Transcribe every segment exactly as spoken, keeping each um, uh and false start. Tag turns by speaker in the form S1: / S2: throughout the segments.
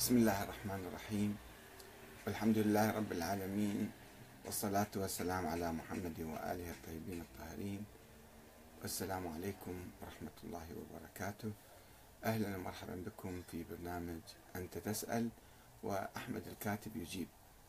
S1: بسم الله الرحمن الرحيم، والحمد لله رب العالمين، والصلاة والسلام على محمد وآله الطيبين الطاهرين، والسلام عليكم ورحمة الله وبركاته. أهلا ومرحبا بكم في برنامج أنت تسأل وأحمد الكاتب يجيب.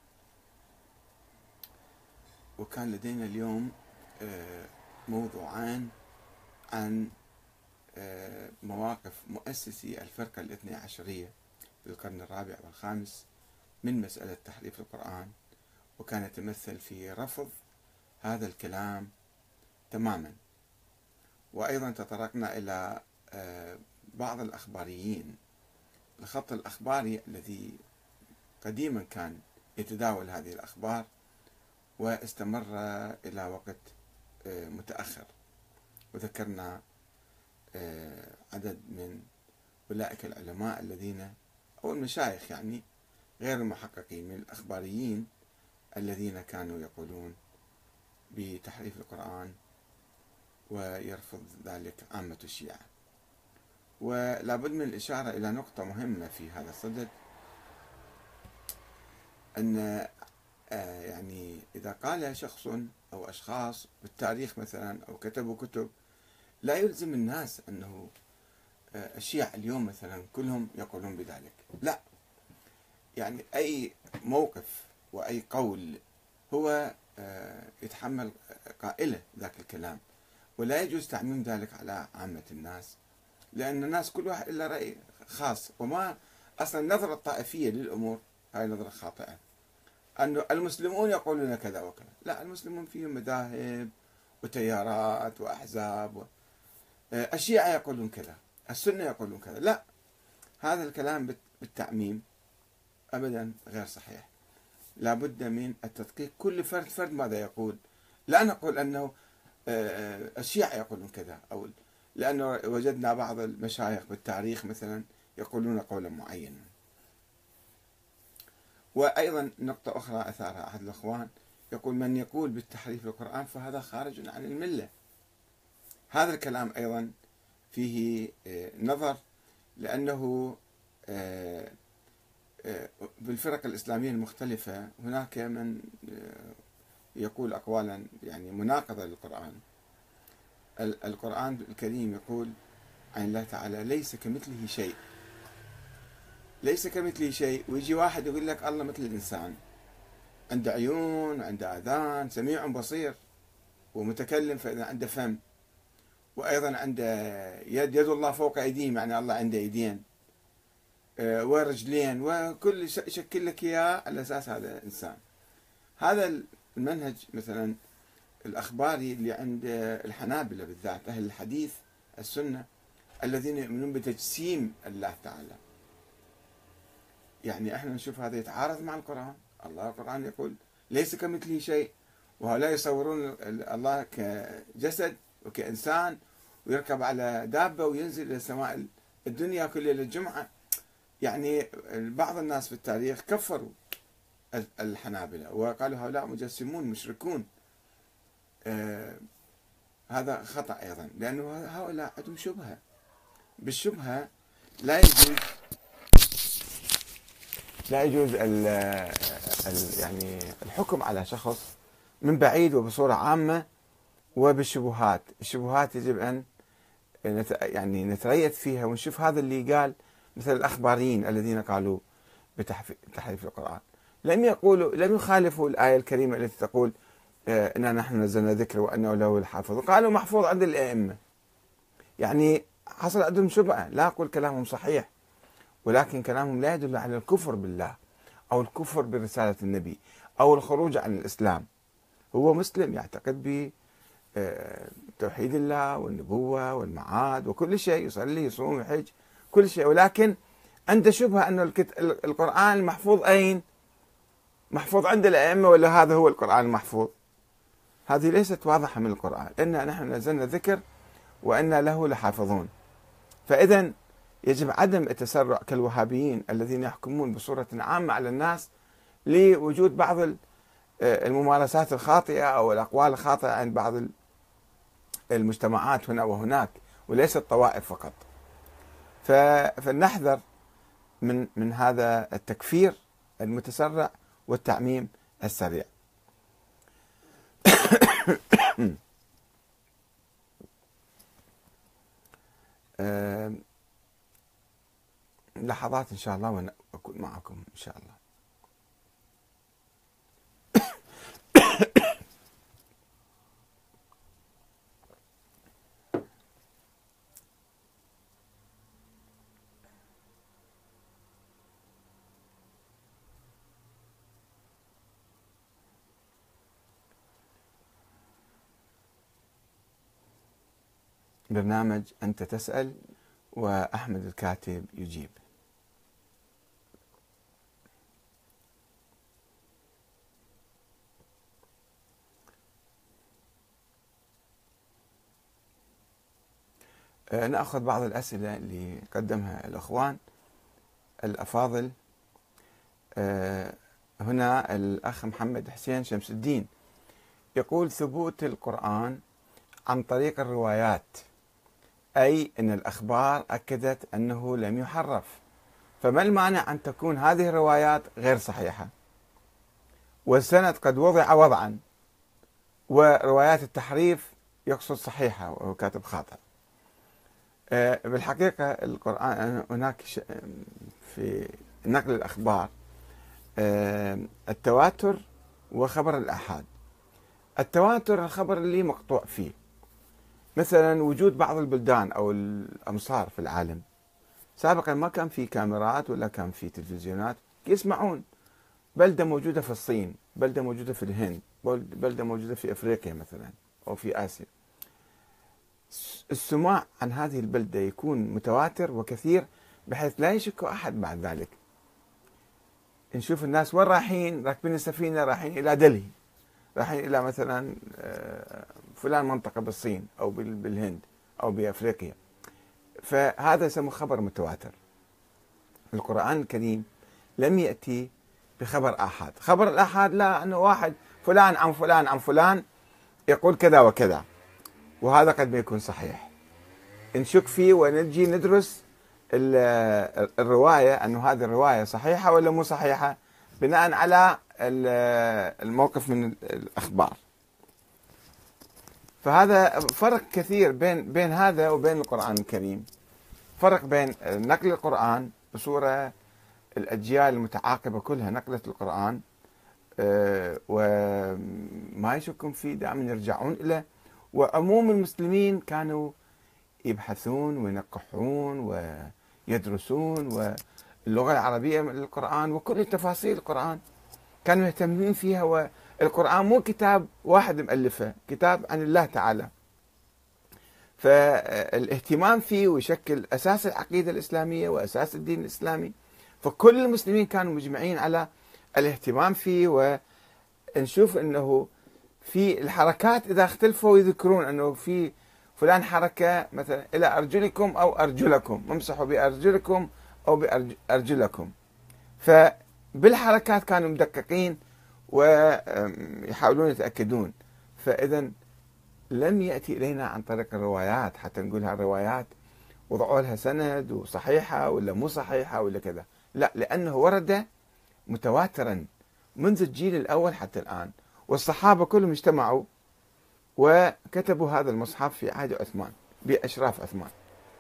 S1: وكان لدينا اليوم موضوعان عن مواقف مؤسسي الفرقة الاثني عشرية في القرن الرابع والخامس من مسألة تحريف القرآن، وكان يتمثل في رفض هذا الكلام تماما. وأيضا تطرقنا إلى بعض الأخباريين، الخط الأخباري الذي قديما كان يتداول هذه الأخبار واستمر إلى وقت متأخر، وذكرنا عدد من أولئك العلماء الذين أو المشايخ يعني غير المحققين من الأخباريين الذين كانوا يقولون بتحريف القرآن ويرفض ذلك عامة الشيعة. ولا بد من الإشارة إلى نقطة مهمة في هذا الصدد، أن يعني إذا قال شخص أو أشخاص بالتاريخ مثلا أو كتبوا كتب، لا يلزم الناس أنه الشيعة اليوم مثلا كلهم يقولون بذلك، لا، يعني أي موقف وأي قول هو يتحمل قائله ذاك الكلام، ولا يجوز تعميم ذلك على عامة الناس، لأن الناس كل واحد له رأي خاص. وما أصلا النظرة الطائفية للأمور هاي نظرة خاطئة، أن المسلمون يقولون كذا وكذا، لا، المسلمون فيهم مذاهب وتيارات وأحزاب و... الشيعة يقولون كذا، السنة يقولون كذا، لا، هذا الكلام بالتعميم أبدا غير صحيح. لا بد من التدقيق، كل فرد فرد ماذا يقول. لا نقول أنه الشيعة يقولون كذا، أو لأنه وجدنا بعض المشايخ بالتاريخ مثلا يقولون قولا معينا. وأيضا نقطة أخرى أثارها أحد الأخوان، يقول من يقول بالتحريف القرآن فهذا خارج عن الملة. هذا الكلام أيضا فيه نظر، لأنه بالفرق الإسلامية المختلفة هناك من يقول أقوالا يعني مناقضة للقرآن. القرآن الكريم يقول عن الله تعالى ليس كمثله شيء، ليس كمثله شيء، ويجي واحد يقول لك الله مثل الإنسان، عنده عيون، عنده آذان، سميع بصير ومتكلم، فإذا عنده فم، وأيضا عنده يد، يد الله فوق أيديهم، يعني الله عنده يدين ورجلين، وكل شكل لك إياه على أساس هذا إنسان. هذا المنهج مثلا الأخباري اللي عند الحنابلة بالذات، أهل الحديث السنة الذين يؤمنون بتجسيم الله تعالى، يعني احنا نشوف هذا يتعارض مع القرآن. الله القرآن يقول ليس كمثله شيء، وهؤلاء يصورون الله كجسد وكإنسان، ويركب على دابة وينزل إلى السماء الدنيا كل ليلة الجمعة. يعني بعض الناس في التاريخ كفروا الحنابلة وقالوا هؤلاء مجسمون مشركون. آه هذا خطأ أيضا، لأنه هؤلاء عندهم شبهة، بالشبهة لا يجوز لا يجوز ال ال يعني الحكم على شخص من بعيد وبصورة عامة وبالشبهات. الشبهات يجب أن نت يعني نتريث فيها ونشوف هذا اللي قال، مثل الأخباريين الذين قالوا بتحريف القرآن لم يقولوا لم يخالفوا الآية الكريمة التي تقول إنا نحن نزلنا ذكر وأنه له الحافظ، قالوا محفوظ عند الأئمة. يعني حصل عندهم شبهة، لا أقول كلامهم صحيح، ولكن كلامهم لا يدل على الكفر بالله أو الكفر برسالة النبي أو الخروج عن الإسلام. هو مسلم يعتقد ب توحيد الله والنبوة والمعاد وكل شيء، يصلي يصوم يحج كل شيء، ولكن عنده شبهة أنه القرآن المحفوظ أين؟ محفوظ عند الأئمة ولا هذا هو القرآن المحفوظ؟ هذه ليست واضحة من القرآن، إنا نحن نزلنا الذكر وإنا له لحافظون. فإذا يجب عدم التسرع كالوهابيين الذين يحكمون بصورة عامة على الناس لوجود بعض الممارسات الخاطئة أو الأقوال الخاطئة عند بعض المجتمعات هنا وهناك، وليس الطوائف فقط. فلنحذر من من هذا التكفير المتسرع والتعميم السريع. لحظات إن شاء الله وأنا أكون معكم إن شاء الله. برنامج أنت تسأل وأحمد الكاتب يجيب. نأخذ بعض الأسئلة اللي قدمها الأخوان الأفاضل. هنا الأخ محمد حسين شمس الدين يقول: ثبوت القرآن عن طريق الروايات، أي أن الأخبار أكدت أنه لم يحرف، فما المانع أن تكون هذه الروايات غير صحيحة والسند قد وضع وضعا، وروايات التحريف يقصد صحيحة وهو كاتب خاطئ. بالحقيقة القرآن هناك في نقل الأخبار التواتر وخبر الآحاد. التواتر الخبر اللي مقطوع فيه، مثلا وجود بعض البلدان أو الأمصار في العالم سابقا ما كان في كاميرات ولا كان في تلفزيونات، يسمعون. بلدة موجودة في الصين، بلدة موجودة في الهند، بلدة موجودة في أفريقيا مثلا أو في آسيا، السماع عن هذه البلدة يكون متواتر وكثير بحيث لا يشك أحد بعد ذلك. نشوف الناس وين رايحين، راكبين السفينة رايحين إلى دلهي، رايحين إلى مثلا فلان منطقة بالصين أو بالهند أو بأفريقيا، فهذا يسمى خبر متواتر. القرآن الكريم لم يأتي بخبر آحاد. خبر الآحاد لا، أنه واحد فلان عن فلان عن فلان يقول كذا وكذا، وهذا قد ما يكون صحيح، نشك فيه ونجي ندرس الرواية أنه هذه الرواية صحيحة ولا مو صحيحة بناء على الموقف من الأخبار. فهذا فرق كثير بين بين هذا وبين القرآن الكريم. فرق بين نقل القرآن بصورة الأجيال المتعاقبة كلها نقلت القرآن وما يشكون فيه، دائما يرجعون إليه، وعموم المسلمين كانوا يبحثون وينقحون ويدرسون، واللغة العربية من القرآن وكل تفاصيل القرآن كانوا يهتمون فيها. والقرآن مو كتاب واحد مؤلفه، كتاب عن الله تعالى، فالاهتمام فيه ويشكل أساس العقيدة الإسلامية وأساس الدين الإسلامي، فكل المسلمين كانوا مجمعين على الاهتمام فيه. ونشوف أنه في الحركات إذا اختلفوا يذكرون أنه في فلان حركة مثلا إلى أرجلكم أو أرجلكم، امسحوا بأرجلكم أو بأرجلكم، فبالحركات كانوا مدققين ويحاولون يتأكدون. فإذا لم يأتي إلينا عن طريق الروايات حتى نقولها الروايات وضعوا لها سند وصحيحة ولا مو صحيحة ولا كذا، لا، لأنه ورد متواترا منذ الجيل الأول حتى الآن، والصحابة كلهم اجتمعوا وكتبوا هذا المصحف في عهد عثمان بأشراف عثمان.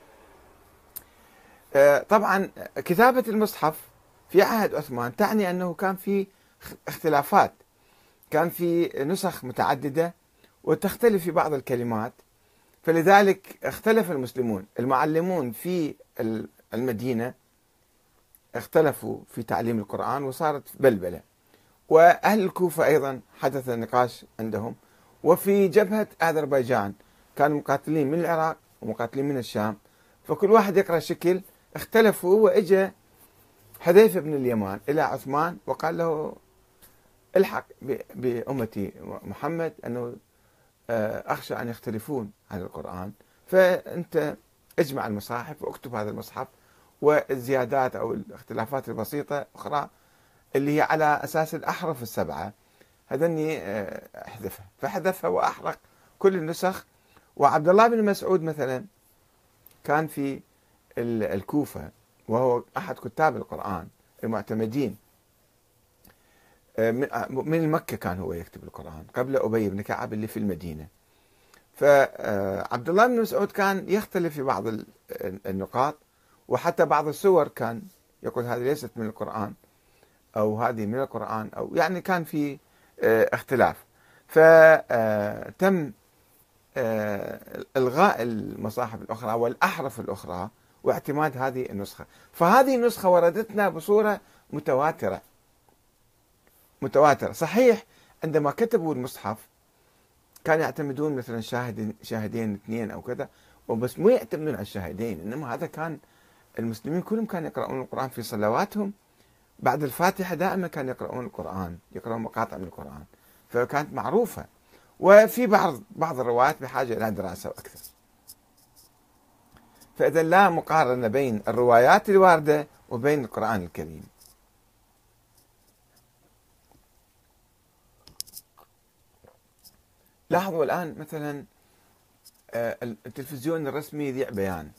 S1: طبعا كتابة المصحف في عهد عثمان تعني أنه كان في اختلافات، كان في نسخ متعددة وتختلف في بعض الكلمات، فلذلك اختلف المسلمون. المعلمون في المدينة اختلفوا في تعليم القرآن وصارت بلبلة، وأهل الكوفة أيضا حدث نقاش عندهم، وفي جبهة أذربيجان كانوا مقاتلين من العراق ومقاتلين من الشام، فكل واحد يقرأ شكل، اختلفوا. وإجا حذيفة بن اليمان إلى عثمان وقال له: الحق بأمتي محمد أنه أخشى أن يختلفون عن القرآن، فأنت اجمع المصاحف واكتب هذا المصحف، والزيادات أو الاختلافات البسيطة أخرى اللي هي على أساس الأحرف السبعة هذني احذفها. فحذفها وأحرق كل النسخ. وعبد الله بن مسعود مثلا كان في الكوفة وهو أحد كتاب القرآن المعتمدين من مكة، كان هو يكتب القرآن قبل أبي بن كعب اللي في المدينة. فعبد الله بن مسعود كان يختلف في بعض النقاط، وحتى بعض السور كان يقول هذه ليست من القرآن أو هذه من القرآن، أو يعني كان في اختلاف. فتم إلغاء المصاحف الأخرى والأحرف الأخرى واعتماد هذه النسخة. فهذه النسخة وردتنا بصورة متواترة متواترة صحيح عندما كتبوا المصحف كانوا يعتمدون مثلا شاهد شاهدين اثنين أو كذا، وبس مو يعتمدون على الشاهدين، إنما هذا كان المسلمين كلهم كانوا يقرؤون القرآن في صلواتهم بعد الفاتحة، دائما كانوا يقرؤون القرآن، يقرؤون مقاطع من القرآن، فكانت معروفة. وفي بعض بعض الروايات بحاجة إلى دراسة أكثر. فإذا لا مقارنة بين الروايات الواردة وبين القرآن الكريم. لاحظوا الآن مثلا التلفزيون الرسمي يذيع بيان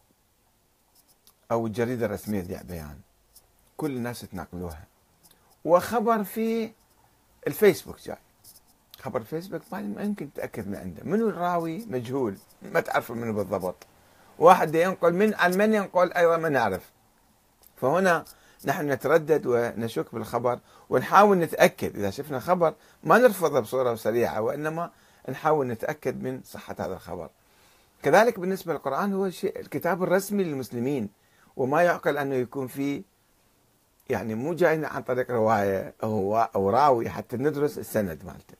S1: أو الجريدة الرسمية تذيع بيان، كل الناس تناقلوها، وخبر في الفيسبوك جاي، خبر الفيسبوك ما يمكن تتأكد من عنده، منو الراوي مجهول، ما تعرف منو بالضبط، واحد ينقل من عن من ينقل أيضا ما نعرف. فهنا نحن نتردد ونشك بالخبر ونحاول نتأكد، إذا شفنا خبر ما نرفضه بصورة سريعة، وإنما نحاول نتأكد من صحة هذا الخبر. كذلك بالنسبة للقرآن، هو الشيء الكتاب الرسمي للمسلمين، وما يعقل أنه يكون فيه يعني مو جاينا عن طريق رواية أو أو راوي حتى ندرس السند مالته.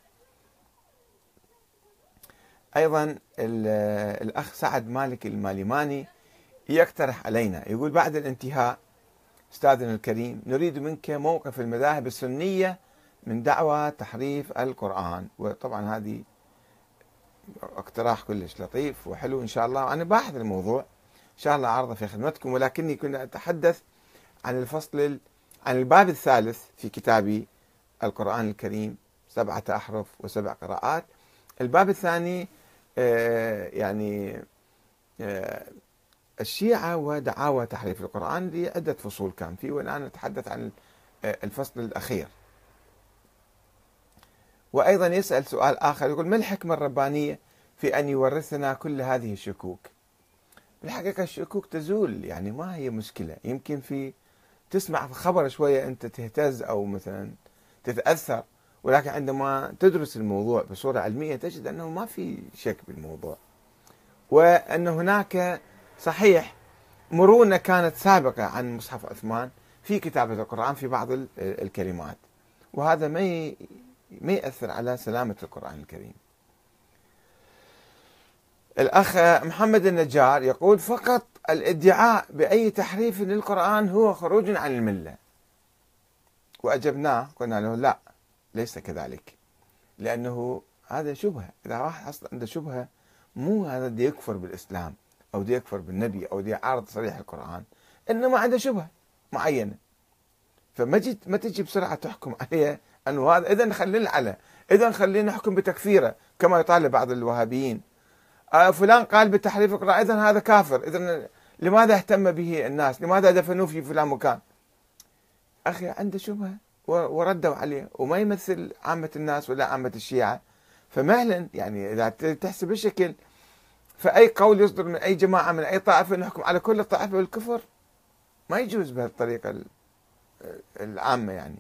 S1: أيضا الأخ سعد مالك الماليماني يقترح علينا، يقول بعد الانتهاء أستاذنا الكريم نريد منك موقف المذاهب السنية من دعوى تحريف القرآن. وطبعا هذه اقتراح كلش لطيف وحلو إن شاء الله، أنا باحث الموضوع إن شاء الله عرضه في خدمتكم، ولكني كنت أتحدث عن الفصل عن الباب الثالث في كتابي القرآن الكريم، سبعة أحرف وسبع قراءات. الباب الثاني يعني الشيعة ودعاوى تحريف القرآن، دي عدة فصول كان فيه، والآن نتحدث عن الفصل الأخير. وأيضا يسأل سؤال آخر، يقول ما الحكمة الربانية في أن يورثنا كل هذه الشكوك؟ بالحقيقة الشكوك تزول، يعني ما هي مشكلة، يمكن في تسمع في خبر شوية أنت تهتز أو مثلا تتأثر، ولكن عندما تدرس الموضوع بصورة علمية تجد أنه ما في شك بالموضوع، وأن هناك صحيح مرونة كانت سابقة عن مصحف عثمان في كتابة القرآن في بعض الكلمات، وهذا ما ما يأثر على سلامة القرآن الكريم. الأخ محمد النجار يقول فقط الادعاء بأي تحريف للقرآن هو خروج عن الملة، وأجبناه قلنا له لا، ليس كذلك، لأنه هذا شبهة. إذا واحد أصلا عنده شبهة، مو هذا دي يكفر بالإسلام أو دي يكفر بالنبي أو دي يعارض صريح القرآن، إنما عنده شبهة معينة، فما جيت ما تجي بسرعة تحكم عليه أنه هذا، إذا خلينا على إذا خلينا نحكم بتكفيره كما يطالب بعض الوهابيين. آه فلان قال بتحريف القرآن إذا هذا كافر، إذا لماذا اهتم به الناس؟ لماذا دفنوه في فلان مكان؟ أخي عنده شبهة وردوا عليه، وما يمثل عامة الناس ولا عامة الشيعة، فمهلا يعني إذا تحسب بالشكل، فأي قول يصدر من أي جماعة من أي طائفة نحكم على كل الطائفة بالكفر، ما يجوز بهالطريقة العامة. يعني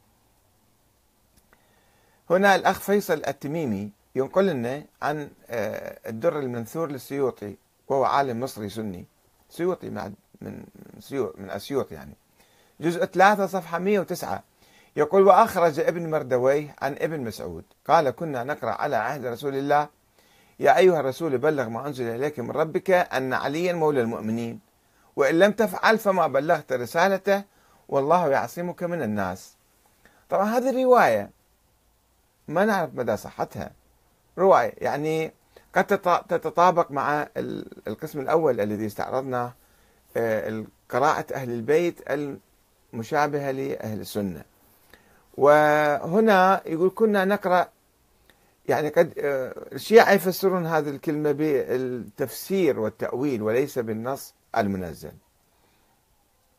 S1: هنا الأخ فيصل التميمي ينقل لنا عن الدر المنثور للسيوطي، وهو عالم مصري سني، سيوطي من سيوط من أسيوط، يعني جزء ثلاثة صفحة مئة وتسعة، يقول وأخرج ابن مردويه عن ابن مسعود قال كنا نقرأ على عهد رسول الله يا أيها الرسول بلغ ما أنزل إليك من ربك أن عليا مولى المؤمنين وإن لم تفعل فما بلغت رسالته والله يعصمك من الناس. طبعا هذه رواية ما نعرف مدى صحتها، رواية يعني قد تتطابق مع القسم الأول الذي استعرضناه، قراءة أهل البيت المشابهة لأهل السنة. وهنا يقول كنا نقرأ، يعني قد الشيعة يفسرون هذه الكلمة بالتفسير والتأويل وليس بالنص المنزل.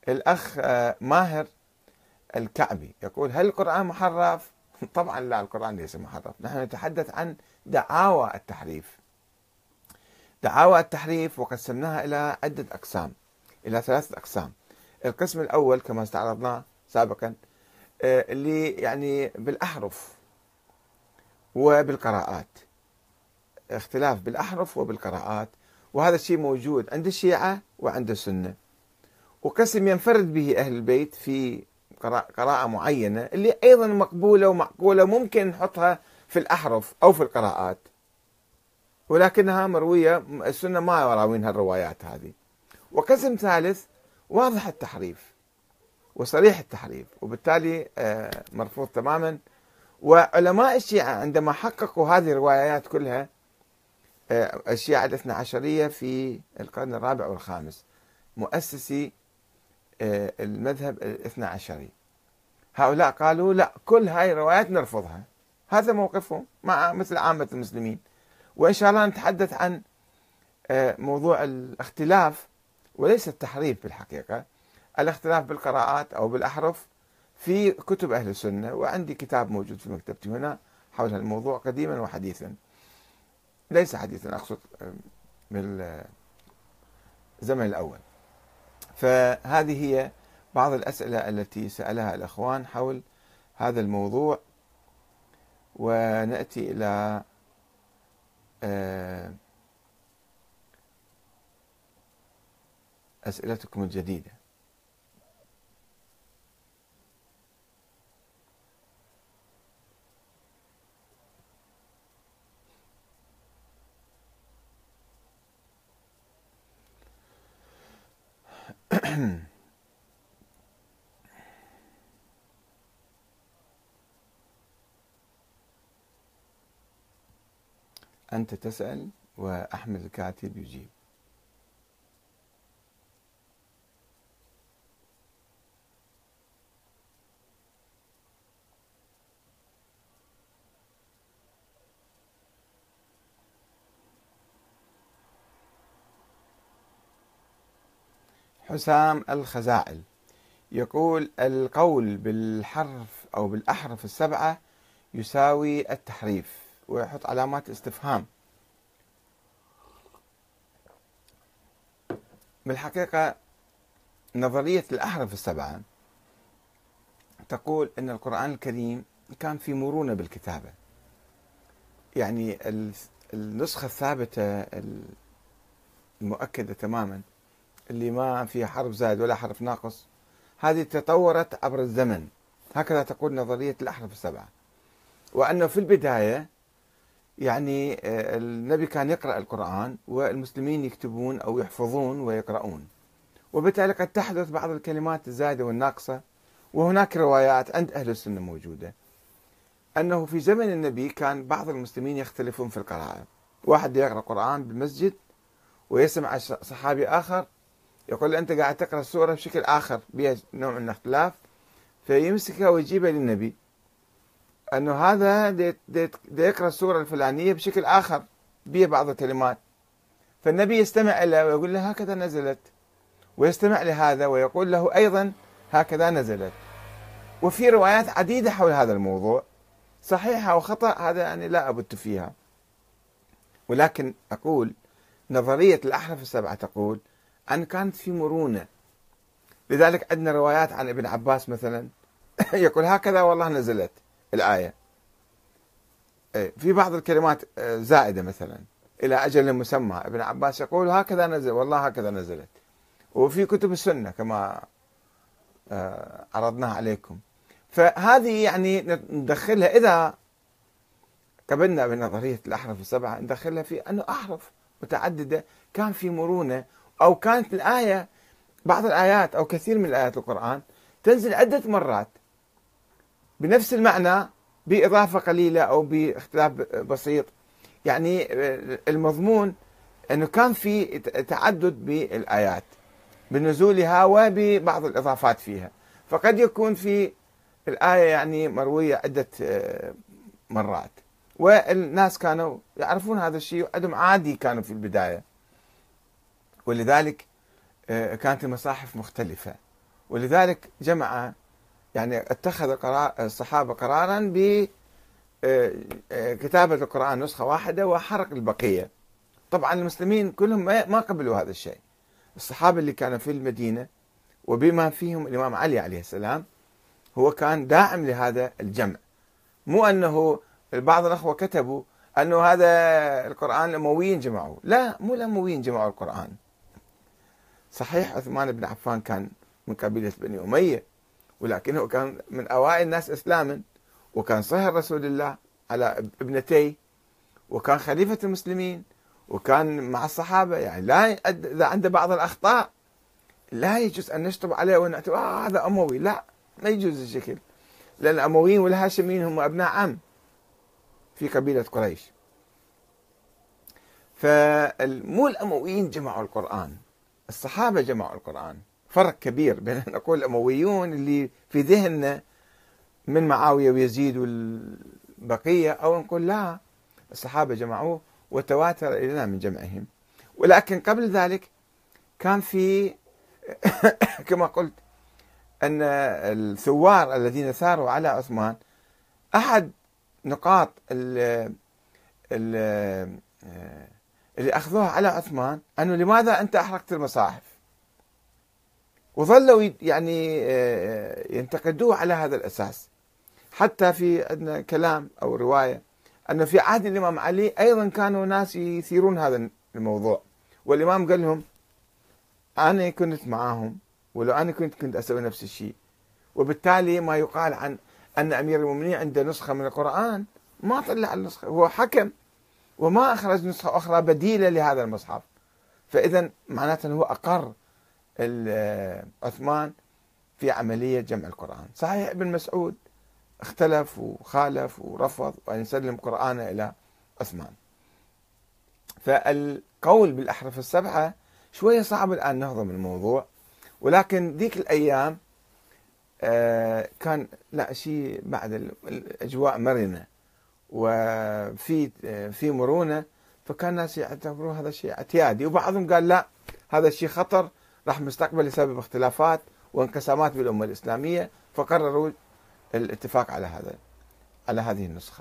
S1: الأخ آه، ماهر الكعبي يقول: هل القرآن محرف؟ طبعا لا، القرآن ليس محرف. نحن نتحدث عن دعاوى التحريف. دعاوى التحريف وقسمناها إلى عدة أقسام، إلى ثلاثة أقسام. القسم الأول كما استعرضناه سابقا آه، اللي يعني بالأحرف وبالقراءات، اختلاف بالأحرف وبالقراءات، وهذا الشيء موجود عند الشيعة وعند السنة. وقسم ينفرد به أهل البيت في قراءة معينة اللي أيضا مقبولة ومعقولة، ممكن نحطها في الأحرف أو في القراءات، ولكنها مروية، السنة ما يراوينها الروايات هذه. وقسم ثالث واضح التحريف وصريح التحريف، وبالتالي مرفوض تماما. وعلماء الشيعة عندما حققوا هذه الروايات كلها، الشيعة الاثنى عشرية في القرن الرابع والخامس، مؤسسي المذهب الاثنى عشري، هؤلاء قالوا لا، كل هاي الروايات نرفضها. هذا موقفهم مع مثل عامة المسلمين. وإن شاء الله نتحدث عن موضوع الاختلاف وليس التحريف بالحقيقة، الاختلاف بالقراءات أو بالأحرف في كتب أهل السنة، وعندي كتاب موجود في مكتبتي هنا حول هذا الموضوع قديما وحديثا، ليس حديثا، أقصد بالزمن الأول. فهذه هي بعض الأسئلة التي سألها الأخوان حول هذا الموضوع، ونأتي إلى أسئلتكم الجديدة. أنت تسأل وأحمد الكاتب يجيب. حسام الخزاعل يقول: القول بالحرف أو بالأحرف السبعة يساوي التحريف، ويحط علامات استفهام. بالحقيقة نظرية الأحرف السبعة تقول أن القرآن الكريم كان في مرونة بالكتابة، يعني النسخة الثابتة المؤكدة تماما اللي ما فيها حرف زائد ولا حرف ناقص، هذه تطورت عبر الزمن، هكذا تقول نظرية الأحرف السبعة. وأنه في البداية يعني النبي كان يقرأ القرآن والمسلمين يكتبون أو يحفظون ويقرؤون، وبالتالي قد تحدث بعض الكلمات الزائدة والناقصة. وهناك روايات عند أهل السنة موجودة أنه في زمن النبي كان بعض المسلمين يختلفون في القراءة، واحد يقرأ القرآن بالمسجد ويسمع صحابي آخر يقول أنت قاعد تقرأ السورة بشكل آخر بها نوع من الاختلاف، فيمسكها ويجيبها للنبي أنه هذا دي دي دي يقرأ السورة الفلانية بشكل آخر بها بعض الكلمات، فالنبي يستمع له ويقول له هكذا نزلت، ويستمع لهذا ويقول له أيضا هكذا نزلت. وفي روايات عديدة حول هذا الموضوع صحيحة وخطأ، هذا يعني لا أبت فيها. ولكن أقول نظرية الأحرف السبعة تقول أن كانت في مرونة. لذلك عندنا روايات عن ابن عباس مثلا يقول هكذا والله نزلت الآية، في بعض الكلمات زائدة مثلا إلى أجل مسمى، ابن عباس يقول هكذا نزل والله هكذا نزلت. وفي كتب السنة كما عرضناها عليكم. فهذه يعني ندخلها، إذا قبلنا بنظرية الأحرف السبعة ندخلها في أنه أحرف متعددة كان في مرونة، أو كانت الآية بعض الآيات أو كثير من آيات القرآن تنزل عدة مرات بنفس المعنى بإضافة قليلة أو باختلاف بسيط. يعني المضمون أنه كان في تعدد بالآيات بنزولها وببعض الإضافات فيها، فقد يكون في الآية يعني مروية عدة مرات، والناس كانوا يعرفون هذا الشيء وعندهم عادي كانوا في البداية، ولذلك كانت المصاحف مختلفة ولذلك جمع يعني اتخذ قرار الصحابة قرارا بكتابة القرآن نسخة واحدة وحرق البقية. طبعا المسلمين كلهم ما قبلوا هذا الشيء. الصحابة اللي كانوا في المدينة وبما فيهم الإمام علي عليه السلام هو كان داعم لهذا الجمع. مو أنه بعض الأخوة كتبوا أنه هذا القرآن الأمويين جمعوه، لا، مو الأمويين جمعوا القرآن. صحيح عثمان بن عفان كان من قبيلة بني أمية، ولكنه كان من أوائل الناس إسلاما، وكان صهر رسول الله على ابنتيه، وكان خليفة المسلمين، وكان مع الصحابة. يعني لا إذا عنده بعض الأخطاء لا يجوز أن نشطب عليه ونعتبر آه هذا أموي، لا، ما يجوز الشكل، لأن الأمويين والهاشميين هم أبناء عم في قبيلة قريش. فمو الأمويين جمعوا القرآن، الصحابة جمعوا القرآن. فرق كبير بين أن نقول الأمويون اللي في ذهننا من معاوية ويزيد والبقية، أو نقول لا، الصحابة جمعوه وتواتر إلينا من جمعهم. ولكن قبل ذلك كان في كما قلت أن الثوار الذين ثاروا على عثمان أحد نقاط اللي أخذوها على عثمان أنه لماذا أنت أحرقت المصاحف، وظلوا يعني ينتقدوه على هذا الأساس. حتى في عندنا كلام أو رواية أنه في عهد الإمام علي أيضا كانوا ناس يثيرون هذا الموضوع، والإمام قال لهم أنا كنت معاهم، ولو أنا كنت كنت أسوي نفس الشيء. وبالتالي ما يقال عن أن أمير المؤمنين عنده نسخة من القرآن، ما طلع النسخة، هو حكم وما أخرج نسخة أخرى بديلة لهذا المصحف. فإذا معناته هو أقر عثمان في عملية جمع القرآن. صحيح ابن مسعود اختلف وخالف ورفض وأن يسلم قرآنه إلى عثمان. فالقول بالأحرف السبعة شوية صعب الآن نهضم الموضوع، ولكن ذيك الأيام كان لا شيء بعد الأجواء مرنة وفي في مرونة، فكان الناس يعتبروا هذا شيء اعتيادي، وبعضهم قال لا، هذا الشيء خطر راح مستقبل يسبب اختلافات وانقسامات بالأمة الإسلامية، فقرروا الاتفاق على هذا على هذه النسخة.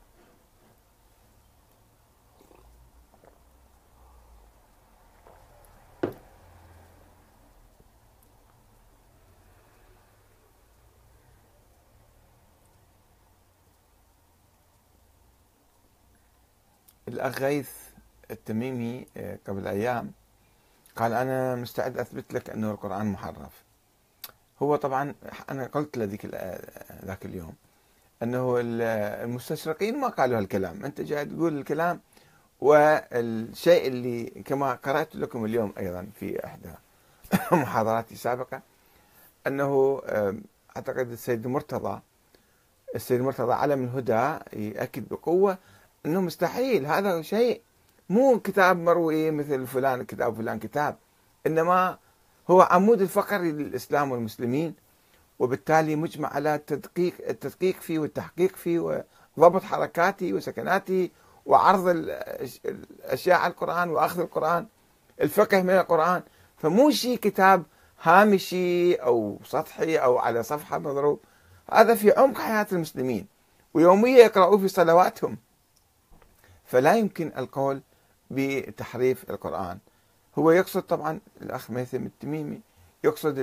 S1: الأخ غيث التميمي قبل أيام قال أنا مستعد أثبت لك أنه القرآن محرف. هو طبعا أنا قلت له ذاك اليوم أنه المستشرقين ما قالوا هالكلام، أنت جاي تقول الكلام. والشيء اللي كما قرأت لكم اليوم أيضا في إحدى محاضراتي السابقة أنه أعتقد السيد مرتضى السيد مرتضى علم الهدى يأكد بقوة أنه مستحيل، هذا شيء مو كتاب مروي مثل فلان كتاب فلان كتاب، إنما هو عمود الفقري للإسلام والمسلمين، وبالتالي مجمع على التدقيق التدقيق فيه والتحقيق فيه وضبط حركاته وسكناته وعرض الأشياء على القرآن وأخذ القرآن، الفقه من القرآن. فمو شيء كتاب هامشي أو سطحي أو على صفحة مضروب، هذا في عمق حياة المسلمين ويوميا يقرأوه في صلواتهم. فلا يمكن القول بتحريف القرآن. هو يقصد طبعا الأخ ميثم التميمي يقصد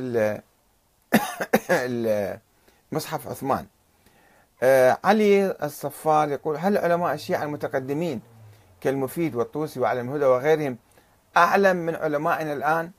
S1: مصحف عثمان. آه علي الصفار يقول هل علماء الشيعة المتقدمين كالمفيد والطوسي وعلم الهدى وغيرهم أعلم من علمائنا الآن؟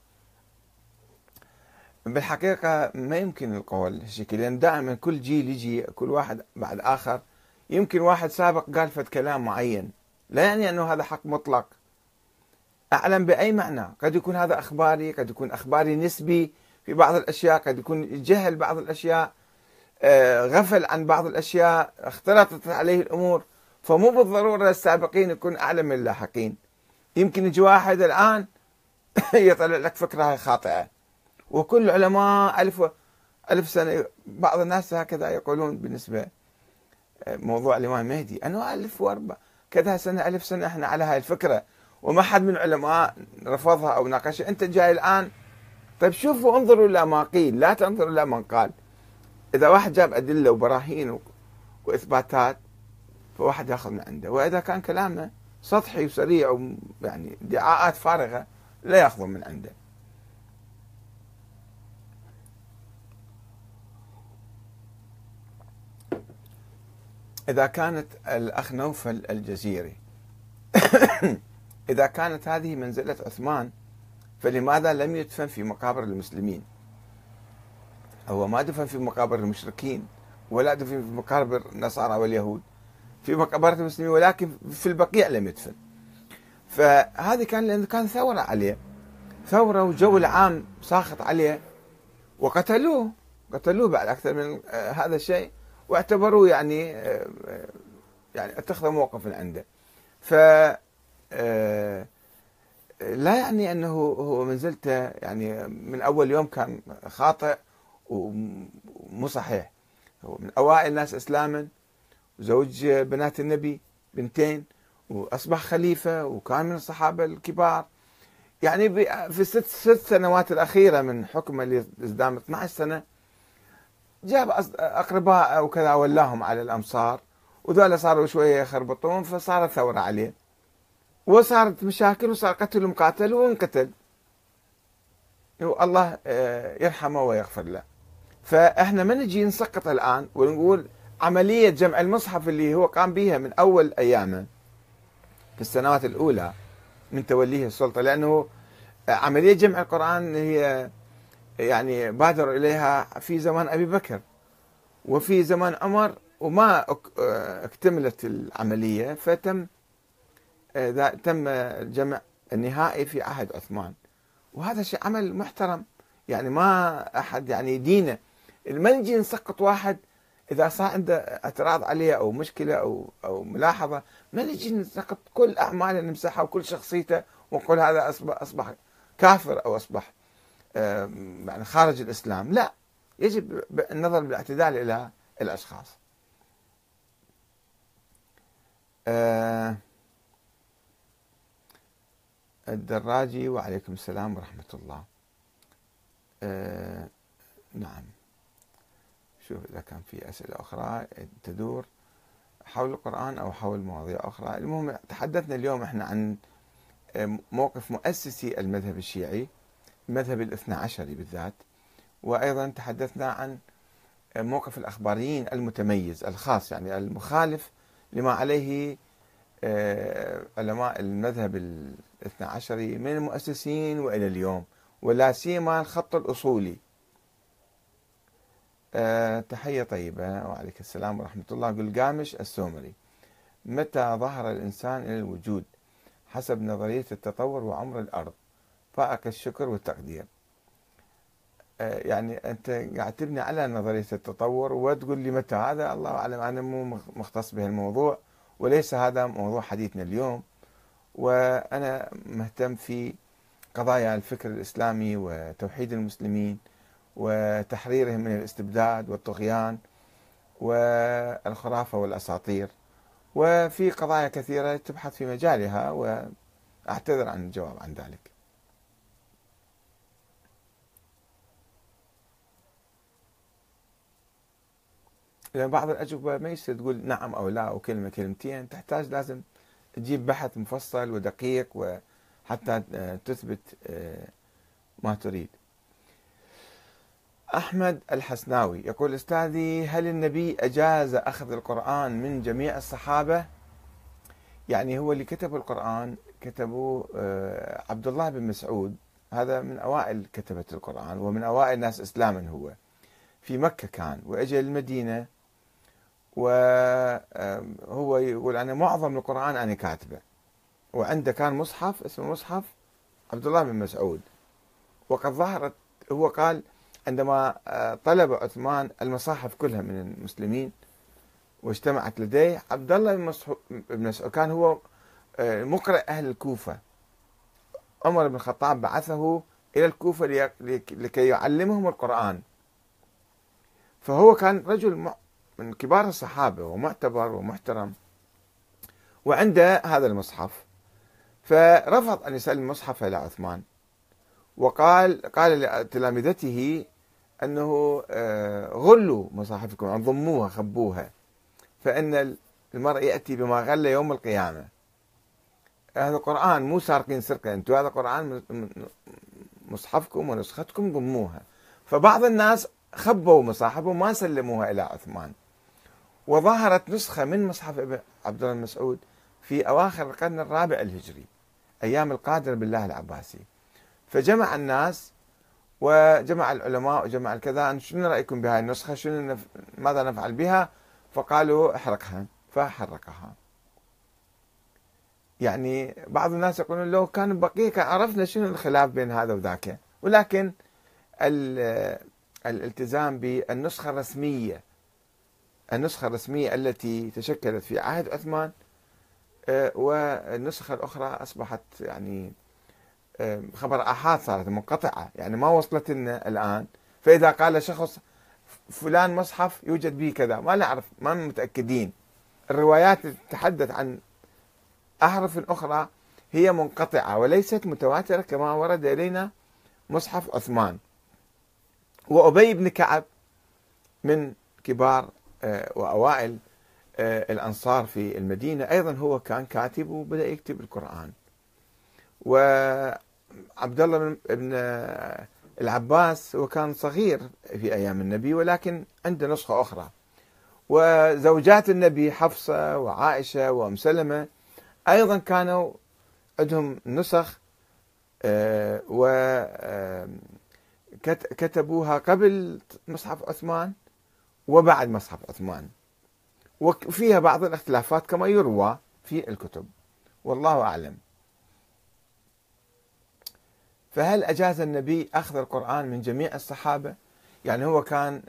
S1: بالحقيقة ما يمكن القول هالشكل، لأن دائما كل جيل يجي كل واحد بعد آخر، يمكن واحد سابق قال فد كلام معين، لا يعني أنه هذا حق مطلق. أعلم بأي معنى؟ قد يكون هذا أخباري، قد يكون أخباري نسبي في بعض الأشياء، قد يكون جهل بعض الأشياء، غفل عن بعض الأشياء، اختلطت عليه الأمور. فمو بالضرورة السابقين يكون أعلم من اللاحقين. يمكن يجي واحد الآن يطلع لك فكرة خاطئة، وكل علماء ألف ألف سنة. بعض الناس هكذا يقولون بالنسبة موضوع الإمام المهدي أنه ألف وأربع كذا سنة ألف سنة إحنا على هاي الفكرة وما حد من العلماء رفضها أو ناقشها. أنت جاي الآن طيب شوفوا، انظروا إلى ما قيل، لا تنظروا إلى من قال. إذا واحد جاب أدلة وبراهين وإثباتات فواحد ياخذ من عنده، وإذا كان كلامه سطحي وسريع ويعني ادعاءات فارغة لا ياخذ من عنده. إذا كانت الأخ نوفل الجزيري إذا كانت هذه منزلة عثمان فلماذا لم يدفن في مقابر المسلمين؟ هو ما دفن في مقابر المشركين ولا دفن في مقابر النصارى واليهود، في مقابر المسلمين، ولكن في البقيع لم يدفن. فهذه كان لأن كان ثورة عليه، ثورة وجو العام ساخط عليه، وقتلوه قتلوه بعد أكثر من هذا الشيء، واعتبروه يعني يعني اتخذ موقف عنده. ف لا يعني أنه هو منزلته يعني من أول يوم كان خاطئ ومو صحيح. هو من أوائل الناس إسلاما، وزوج بنات النبي بنتين، وأصبح خليفة، وكان من الصحابة الكبار. يعني في الست ست سنوات الأخيرة من حكمه اللي ازدام اثنعش سنة جاب أقرباء وكذا ولاهم على الأمصار، وذولا صاروا شوية يخربطون، فصارت ثورة عليه وصارت مشاكل وصار قتل ومقاتل وانقتل، والله يرحمه ويغفر له. فاحنا ما نجي نسقط الآن ونقول عملية جمع المصحف اللي هو قام بها من أول أيامه في السنوات الأولى من توليه السلطة، لأنه عملية جمع القرآن هي يعني بادر إليها في زمان أبي بكر وفي زمان عمر، وما اكتملت العملية، فتم تم الجمع النهائي في عهد عثمان، وهذا شيء عمل محترم. يعني ما أحد يعني يدينه، ما نجي نسقط واحد إذا صار عنده اعتراض عليه أو مشكلة أو أو ملاحظة، ما نجي نسقط كل أعماله نمسحها وكل شخصيته ونقول هذا أصبح أصبح كافر أو أصبح يعني خارج الإسلام. لا، يجب النظر بالاعتدال إلى الأشخاص. أه الدراجي وعليكم السلام ورحمة الله. أه نعم، شوف إذا كان في أسئلة أخرى تدور حول القرآن أو حول مواضيع أخرى. المهم تحدثنا اليوم إحنا عن موقف مؤسسي المذهب الشيعي، المذهب الاثنى عشري بالذات، وأيضا تحدثنا عن موقف الأخباريين المتميز الخاص، يعني المخالف لما عليه علماء المذهب الاثنى عشري من المؤسسين وإلى اليوم، ولا سيما الخط الأصولي. أه تحية طيبة وعليك السلام ورحمة الله. يقول قامش السومري: متى ظهر الإنسان إلى الوجود حسب نظرية التطور وعمر الأرض؟ فائق الشكر والتقدير. أه يعني أنت قاعد تبني على نظرية التطور وتقول لي متى، هذا الله أعلم، أنا مو مختص بهالموضوع وليس هذا موضوع حديثنا اليوم، وأنا مهتم في قضايا الفكر الإسلامي وتوحيد المسلمين وتحريرهم من الاستبداد والطغيان والخرافة والأساطير، وفي قضايا كثيرة تبحث في مجالها، وأعتذر عن الجواب عن ذلك. لأن بعض الأجوبة ما يصير تقول نعم أو لا أو كلمة كلمتين، تحتاج لازم تجيب بحث مفصل ودقيق وحتى تثبت ما تريد. أحمد الحسناوي يقول: أستاذي، هل النبي أجاز أخذ القرآن من جميع الصحابة؟ يعني هو اللي كتبوا القرآن كتبوا عبد الله بن مسعود، هذا من أوائل كتبة القرآن ومن أوائل الناس إسلاما، هو في مكة كان، وأجى المدينة وهو يقول أنا معظم القرآن أنا كاتبه، وعنده كان مصحف اسمه مصحف عبد الله بن مسعود. وقد ظهرت، هو قال عندما طلب عثمان المصاحف كلها من المسلمين واجتمعت لديه، عبد الله بن مسعود كان هو مقرئ أهل الكوفة، عمر بن الخطاب بعثه إلى الكوفة لكي يعلمهم القرآن، فهو كان رجل من كبار الصحابة ومعتبر ومحترم، وعنده هذا المصحف، فرفض أن يسلم مصحفه إلى عثمان، وقال قال لتلامذته أنه غلوا مصاحفكم، يعني ضموها خبوها، فإن المرء يأتي بما غل يوم القيامة. هذا القرآن مو سارقين سرقة، أنتم هذا القرآن مصحفكم ونسختكم ضموها. فبعض الناس خبوا مصاحفهم ما سلموها إلى عثمان، وظهرت نسخة من مصحف عبد الله بن مسعود في أواخر القرن الرابع الهجري أيام القادر بالله العباسي. فجمع الناس وجمع العلماء وجمع الكذا، شنو رأيكم بهذه النسخة، شنو نف... ماذا نفعل بها؟ فقالوا احرقها، فحرقها. يعني بعض الناس يقولون لو كان بقية كان عرفنا شنو الخلاف بين هذا وذاك، ولكن الالتزام بالنسخة الرسمية، النسخة الرسمية التي تشكلت في عهد عثمان، والنسخة الأخرى أصبحت يعني خبر آحاد، صارت منقطعة، يعني ما وصلت لنا الآن. فإذا قال شخص فلان مصحف يوجد به كذا، ما نعرف، ما متأكدين. الروايات تتحدث عن أحرف أخرى هي منقطعة وليست متواترة كما ورد إلينا مصحف عثمان. وأبي بن كعب من كبار وأوائل الأنصار في المدينة أيضا هو كان كاتب وبدأ يكتب القرآن. وعبد الله بن العباس هو كان صغير في أيام النبي ولكن عنده نسخة أخرى. وزوجات النبي حفصة وعائشة وأم سلمة أيضا كانوا عندهم نسخ وكتبوها قبل مصحف عثمان وبعد مصحف عثمان، وفيها بعض الاختلافات كما يروى في الكتب، والله أعلم. فهل أجاز النبي أخذ القرآن من جميع الصحابة؟ يعني هو كان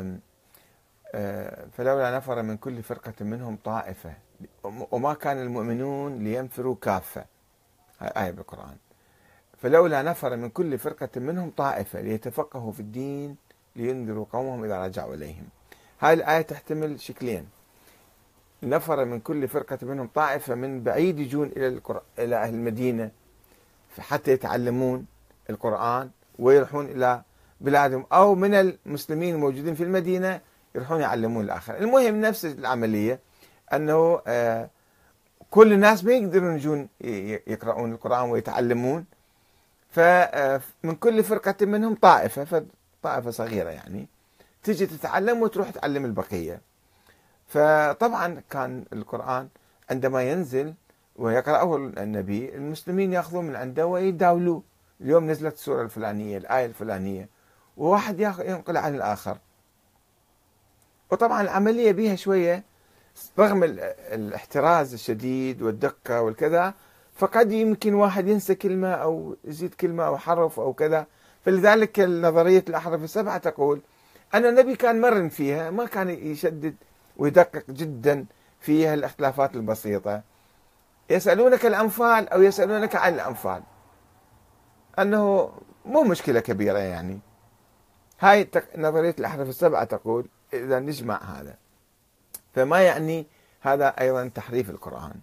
S1: فلولا نفر من كل فرقة منهم طائفة وما كان المؤمنون لينفروا كافة، هاي آية بالقرآن. فلولا نفر من كل فرقة منهم طائفة ليتفقهوا في الدين لينذروا قومهم إذا رجعوا إليهم. هاي الآية تحتمل شكلين: نفر من كل فرقة منهم طائفة من بعيد يجون إلى القر... إلى أهل المدينة حتى يتعلمون القرآن ويروحون إلى بلادهم، أو من المسلمين الموجودين في المدينة يروحون يعلمون الآخر. المهم نفس العملية، أنه آه كل الناس ما يقدرون يجون يقرؤون القرآن ويتعلمون، فمن كل فرقة منهم طائفة، فطائفة صغيرة يعني تجي تتعلم وتروح تعلم البقية. فطبعا كان القرآن عندما ينزل ويقرأه النبي المسلمين يأخذون من عنده ويداولوه. اليوم نزلت السورة الفلانية، الآية الفلانية، وواحد ينقل عن الآخر. وطبعا العملية بها شوية رغم الاحتراز الشديد والدقة والكذا، فقد يمكن واحد ينسى كلمة أو يزيد كلمة أو حرف أو كذا. فلذلك نظرية الأحرف السبعة تقول أن النبي كان مرن فيها، ما كان يشدد ويدقق جدا فيها الاختلافات البسيطة. يسألونك الأنفال أو يسألونك عن الأنفال، أنه مو مشكلة كبيرة يعني. هاي نظرية الأحرف السبعة تقول إذا نجمع هذا، فما يعني هذا أيضا تحريف القرآن.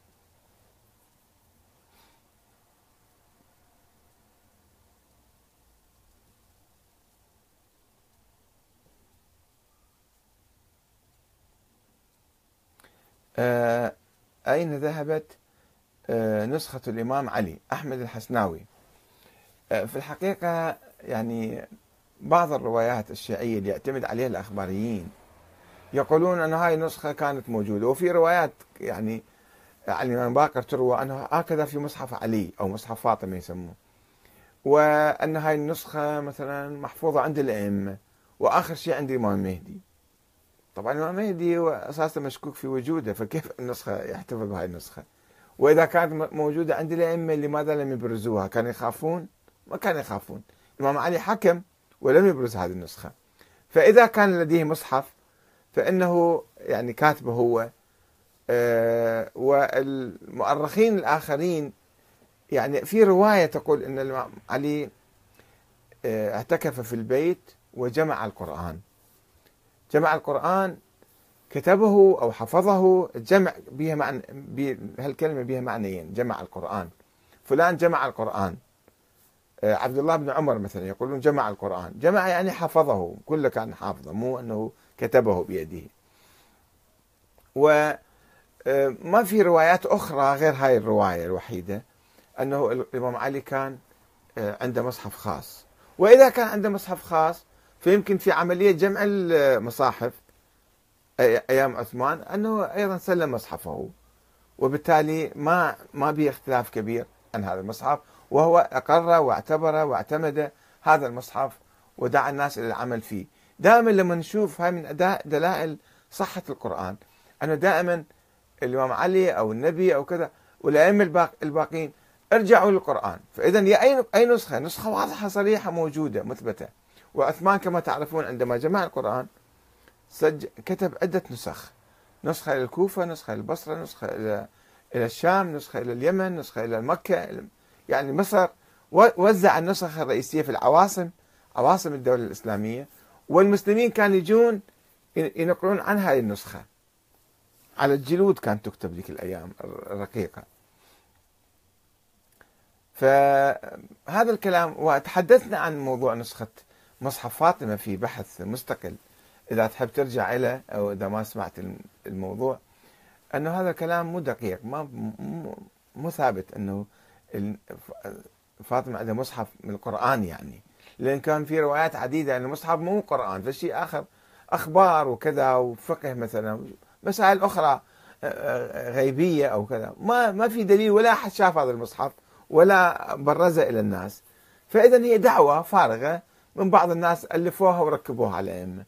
S1: آه أين ذهبت آه نسخة الإمام علي أحمد الحسناوي؟ آه في الحقيقة يعني بعض الروايات الشيعية اللي يعتمد عليها الأخباريين يقولون أن هاي النسخة كانت موجودة، وفي روايات يعني عن الإمام باقر تروى أنه هكذا في مصحف علي أو مصحف فاطمة يسموه، وأن هاي النسخة مثلا محفوظة عند الأئمة، وآخر شيء عند الإمام المهدي. طبعا الإمام المهدي هو أساسا مشكوك في وجوده، فكيف النسخة يحتفظ بهاي النسخة؟ وإذا كانت موجودة عند الأئمة لماذا لم يبرزوها؟ كانوا يخافون؟ ما كانوا يخافون. الإمام علي حكم ولم يبرز هذه النسخة. فإذا كان لديه مصحف فإنه يعني كاتبه هو. أه والمؤرخين الآخرين يعني في رواية تقول أن الإمام علي أه اعتكف في البيت وجمع القرآن. جمع القرآن كتبه أو حفظه. الجمع بها معنى، هالكلمة بها معنيين: جمع القرآن، فلان جمع القرآن. عبد الله بن عمر مثلا يقولون جمع القرآن، جمع يعني حفظه، كله كان حافظه، مو أنه كتبه بيده. وما في روايات أخرى غير هاي الرواية الوحيدة أنه الإمام علي كان عنده مصحف خاص. وإذا كان عنده مصحف خاص فيمكن في عملية جمع المصاحف أيام عثمان أنه أيضا سلم مصحفه، وبالتالي ما ما به اختلاف كبير عن هذا المصحف، وهو أقر واعتبر واعتمد هذا المصحف ودعا الناس إلى العمل فيه. دائما لما نشوف هاي من أداء دلائل صحة القرآن، أنه دائما الإمام علي أو النبي أو كذا والأئمة الباقين ارجعوا للقرآن. فإذا هي أي أي نسخة، نسخة واضحة صريحة موجودة مثبتة. وعثمان كما تعرفون عندما جمع القرآن سج كتب عدة نسخ، نسخة إلى الكوفة، نسخة إلى البصرة، نسخة إلى إلى الشام، نسخة إلى اليمن، نسخة إلى مكة، يعني مصر. وزع النسخ الرئيسية في العواصم، عواصم الدولة الإسلامية، والمسلمين كانوا يجون ينقلون عن هذه النسخة على الجلود، كانت تكتب ذيك الأيام الرقيقة. فهذا الكلام، وتحدثنا عن موضوع نسخة مصحف فاطمة في بحث مستقل، إذا تحب ترجع إليه أو إذا ما سمعت الموضوع، أنه هذا الكلام مو دقيق، ما مو ثابت أنه فاطمة عندها مصحف من القرآن، يعني لأن كان في روايات عديدة أن المصحف مو قرآن، فشيء آخر أخبار وكذا وفقه مثلا، مسائل أخرى غيبية أو كذا، ما ما في دليل ولا أحد شاف هذا المصحف ولا برزه إلى الناس. فإذا هي دعوة فارغة من بعض الناس ألفوها وركبوها على الأئمة.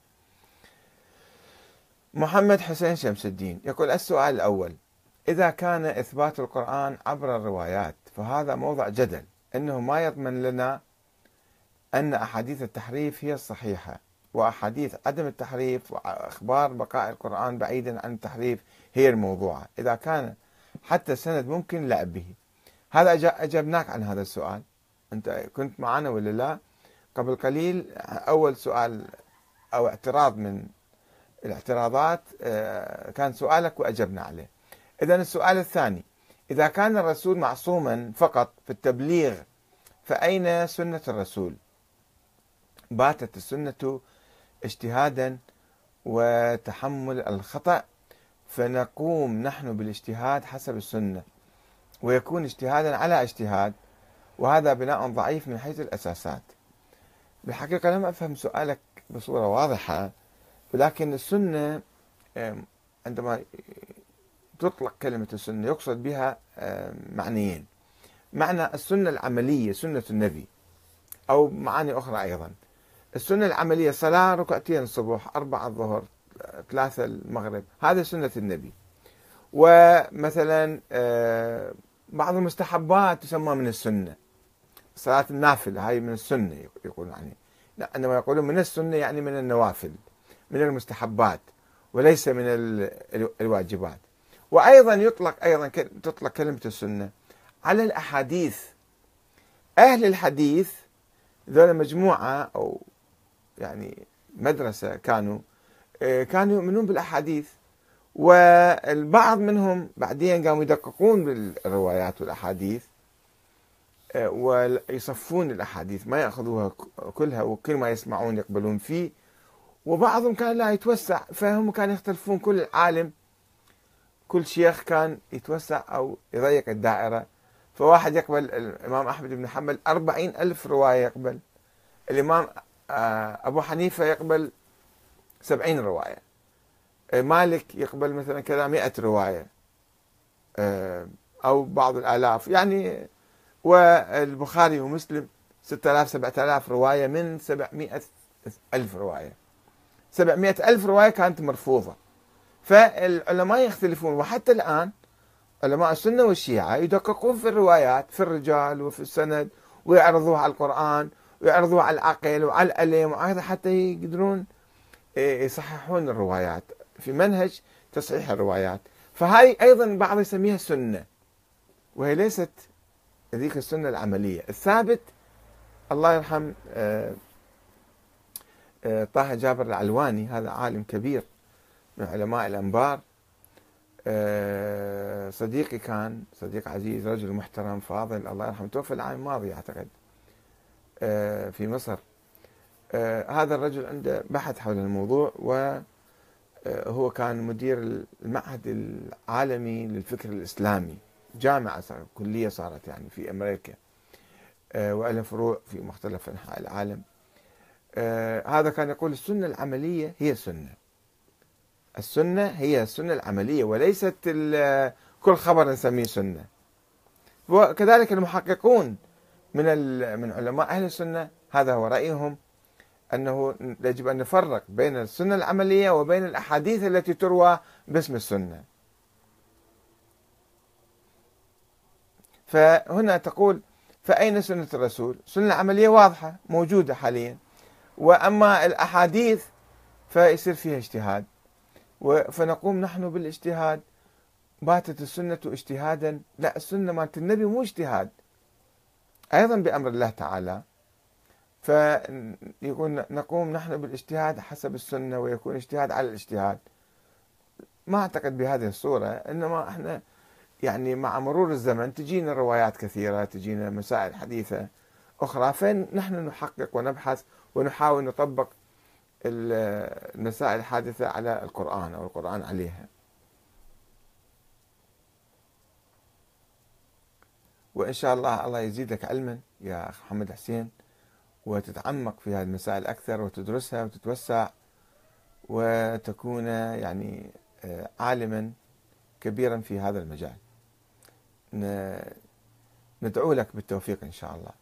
S1: محمد حسين شمس الدين يقول: السؤال الأول: إذا كان إثبات القرآن عبر الروايات فهذا موضع جدل، إنه ما يضمن لنا أن أحاديث التحريف هي الصحيحة، وأحاديث عدم التحريف وأخبار بقاء القرآن بعيدا عن التحريف هي الموضوعة. إذا كان حتى السند ممكن لعب به. هذا أجبناك عن هذا السؤال، أنت كنت معنا ولا لا؟ قبل قليل أول سؤال أو اعتراض من الاعتراضات كان سؤالك وأجبنا عليه. إذن السؤال الثاني: إذا كان الرسول معصوما فقط في التبليغ فأين سنة الرسول؟ باتت السنة اجتهادا وتحمل الخطأ، فنقوم نحن بالاجتهاد حسب السنة، ويكون اجتهادا على اجتهاد، وهذا بناء ضعيف من حيث الأساسات. بالحقيقة لم أفهم سؤالك بصورة واضحة، ولكن السنة عندما تطلق كلمة السنة يقصد بها معنيين: معنى السنة العملية سنة النبي، أو معاني أخرى أيضا. السنة العملية صلاة ركعتين الصبح، أربعة الظهر، ثلاثة المغرب، هذا سنة النبي. ومثلا بعض المستحبات تسمى من السنة، صلاة النافلة هاي من السنة يقولون، يعني عندما يقولون من السنة يعني من النوافل، من المستحبات، وليس من الواجبات. وأيضا يطلق أيضا تطلق كلمة السنة على الأحاديث. أهل الحديث ذولا مجموعة أو يعني مدرسة، كانوا كانوا يؤمنون بالأحاديث، والبعض منهم بعدين قاموا يدققون بالروايات والأحاديث ويصفون الأحاديث، ما يأخذوها كلها وكل ما يسمعون يقبلون فيه. وبعضهم كان لا يتوسع، فهم كانوا يختلفون، كل عالم كل شيخ كان يتوسع أو يضيق الدائرة. فواحد يقبل الإمام أحمد بن حنبل أربعين ألف رواية يقبل، الإمام أبو حنيفة يقبل سبعين رواية، مالك يقبل مثلا كذا مئة رواية أو بعض الآلاف يعني. والبخاري ومسلم ستة آلاف سبعة آلاف رواية من سبعمائة ألف رواية. سبعمائة ألف رواية كانت مرفوضة. فالعلماء يختلفون، وحتى الآن علماء السنة والشيعة يدققون في الروايات، في الرجال وفي السند، ويعرضوها على القرآن ويعرضوها على العقل وعلى الألم وهذا، حتى يقدرون يصححون الروايات في منهج تصحيح الروايات. فهاي أيضا بعض يسميها سنة، وهي ليست ذيك السنة العملية. الثابت الله يرحم طه جابر العلواني، هذا عالم كبير من علماء الأنبار، صديقي، كان صديق عزيز، رجل محترم فاضل، الله يرحمه، توفى العام الماضي أعتقد. آه، في مصر. آه، هذا الرجل عنده بحث حول الموضوع، وهو كان مدير المعهد العالمي للفكر الإسلامي، جامعة صارت كلية صارت يعني في أمريكا، آه، وله فروع في مختلف أنحاء العالم. آه، هذا كان يقول السنة العملية هي السنة، السنة هي السنة العملية، وليست كل خبر نسميه سنة. وكذلك المحققون من من علماء أهل السنة هذا هو رأيهم، أنه يجب أن نفرق بين السنة العملية وبين الأحاديث التي تروى باسم السنة. فهنا تقول فأين سنة الرسول؟ السنة العملية واضحة موجودة حاليا، وأما الأحاديث فيصير فيها اجتهاد، فنقوم نحن بالاجتهاد. باتت السنة اجتهادا؟ لا، السنة مالت النبي مو اجتهاد، أيضا بأمر الله تعالى. فيكون نقوم نحن بالاجتهاد حسب السنة، ويكون اجتهاد على الاجتهاد. ما أعتقد بهذه الصورة، إنما احنا يعني مع مرور الزمن تجينا روايات كثيرة، تجينا مسائل حديثة أخرى، فنحن نحقق ونبحث ونحاول نطبق المسائل الحادثة على القرآن أو القرآن عليها. وإن شاء الله الله يزيدك علما يا أخ محمد حسين، وتتعمق في هذه المسائل أكثر وتدرسها وتتوسع، وتكون يعني عالما كبيرا في هذا المجال. ندعو لك بالتوفيق إن شاء الله.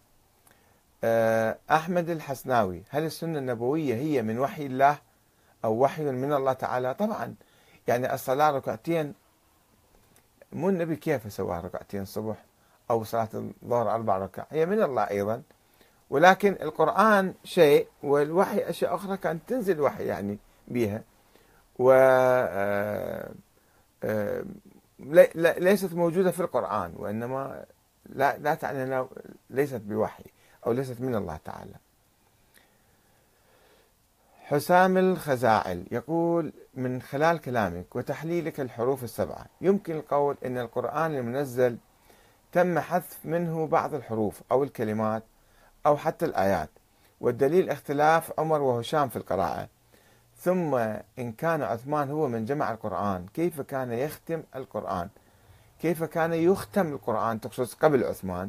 S1: أحمد الحسناوي: هل السنة النبوية هي من وحي الله أو وحي من الله تعالى؟ طبعا، يعني الصلاة ركعتين، مو النبي كيف سواها ركعتين الصبح، أو صلاة الظهر أربع ركع، هي من الله أيضا. ولكن القرآن شيء والوحي أشياء أخرى، كانت تنزل وحي يعني بها، و ليست موجودة في القرآن، وإنما لا لا تعني أنها ليست بوحي أو ليست من الله تعالى. حسام الخزاعل يقول: من خلال كلامك وتحليلك الحروف السبعة يمكن القول أن القرآن المنزل تم حذف منه بعض الحروف أو الكلمات أو حتى الآيات، والدليل اختلاف عمر وهشام في القراءة. ثم إن كان عثمان هو من جمع القرآن، كيف كان يختم القرآن؟ كيف كان يختم القرآن تقصد قبل عثمان؟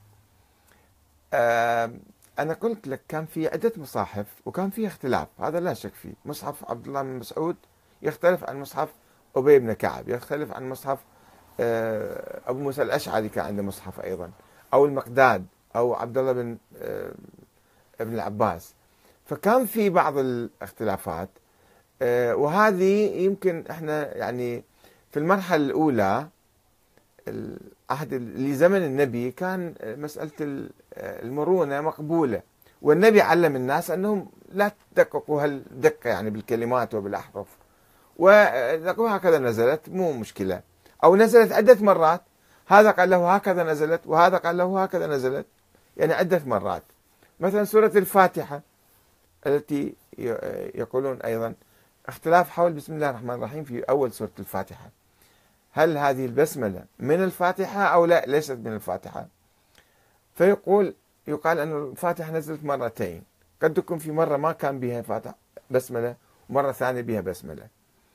S1: آه أنا قلت لك كان في عدة مصاحف وكان في اختلاف، هذا لا شك فيه. مصحف عبد الله بن مسعود يختلف عن مصحف أبي بن كعب، يختلف عن مصحف آه أبو موسى الأشعري كان عنده مصحف أيضا، أو المقداد، أو عبد الله بن آه ابن العباس. فكان في بعض الاختلافات، آه وهذه يمكن احنا يعني في المرحلة الأولى العهد لزمن النبي كان مسألة المرونة مقبولة، والنبي علم الناس أنهم لا تدققوا هالدقة يعني بالكلمات وبالأحرف، وهكذا نزلت مو مشكلة، أو نزلت عدة مرات، هذا قال له هكذا نزلت وهذا قال له هكذا نزلت، يعني عدة مرات. مثلا سورة الفاتحة التي يقولون أيضا اختلاف حول بسم الله الرحمن الرحيم في أول سورة الفاتحة، هل هذه البسملة من الفاتحة أو لا ليست من الفاتحة؟ فيقول يقال أن الفاتحة نزلت مرتين، قد تكون في مرة ما كان بها فاتحة بسملة ومرة ثانية بها بسملة.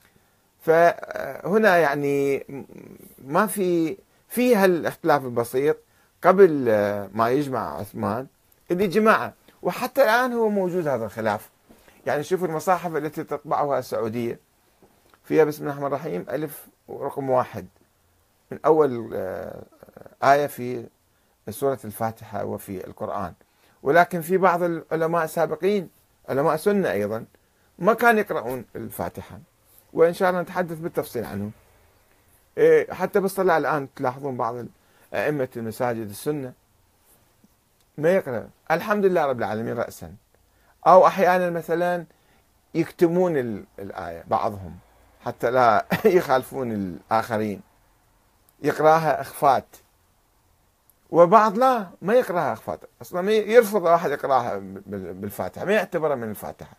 S1: فهنا يعني ما في فيها الاختلاف البسيط قبل ما يجمع عثمان اللي جماعة، وحتى الآن هو موجود هذا الخلاف. يعني شوفوا المصاحف التي تطبعها السعودية فيها بسم الله الرحمن الرحيم ألف ورقم واحد من أول آية في سورة الفاتحة وفي القرآن، ولكن في بعض العلماء السابقين علماء سنة أيضا ما كانوا يقرؤون الفاتحة، وإن شاء الله نتحدث بالتفصيل عنهم. حتى بالصلاة الآن تلاحظون بعض أئمة المساجد السنة ما يقرأ الحمد لله رب العالمين رأسا، أو أحيانا مثلا يكتمون الآية بعضهم حتى لا يخالفون الآخرين، يقرأها إخفات، وبعض لا ما يقرأها إخفات أصلا، يرفض واحد يقرأها بالفاتحة، ما يعتبرها من الفاتحة.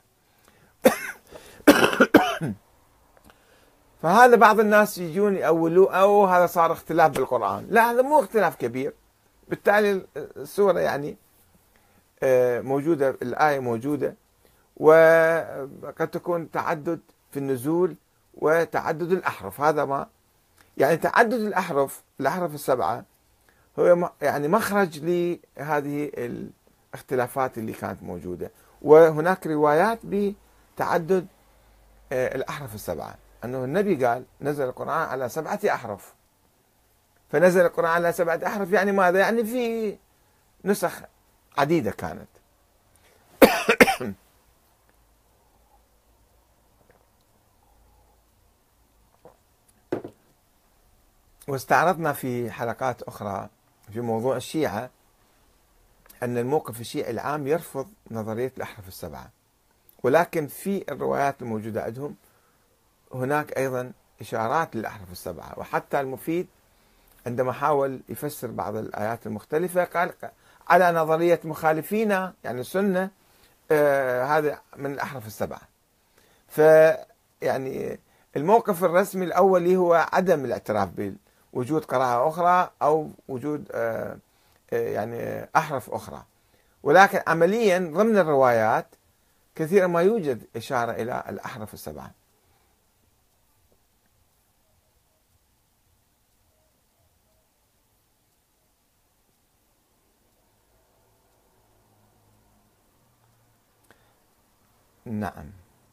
S1: فهذا بعض الناس يجون يأولوا أو هذا صار اختلاف بالقرآن، لا هذا مو اختلاف كبير. بالتالي السورة يعني موجودة الآية موجودة، وقد تكون تعدد في النزول وتعدد الأحرف. هذا ما يعني تعدد الأحرف، الأحرف السبعة هو يعني مخرج لهذه الاختلافات اللي كانت موجودة. وهناك روايات بتعدد الأحرف السبعة، أنه النبي قال نزل القرآن على سبعة أحرف، فنزل القرآن على سبعة أحرف يعني ماذا؟ يعني في نسخ عديدة كانت. واستعرضنا في حلقات أخرى في موضوع الشيعة أن الموقف الشيعي العام يرفض نظرية الأحرف السبعة، ولكن في الروايات الموجودة عندهم هناك أيضا إشارات للأحرف السبعة. وحتى المفيد عندما حاول يفسر بعض الآيات المختلفة قال على نظرية مخالفينا يعني السنة آه هذا من الأحرف السبعة. فيعني الموقف الرسمي الأولي هو عدم الاعتراف بوجود قراءة أخرى أو وجود آه يعني أحرف أخرى، ولكن عمليا ضمن الروايات كثيرا ما يوجد إشارة إلى الأحرف السبعة. نعم.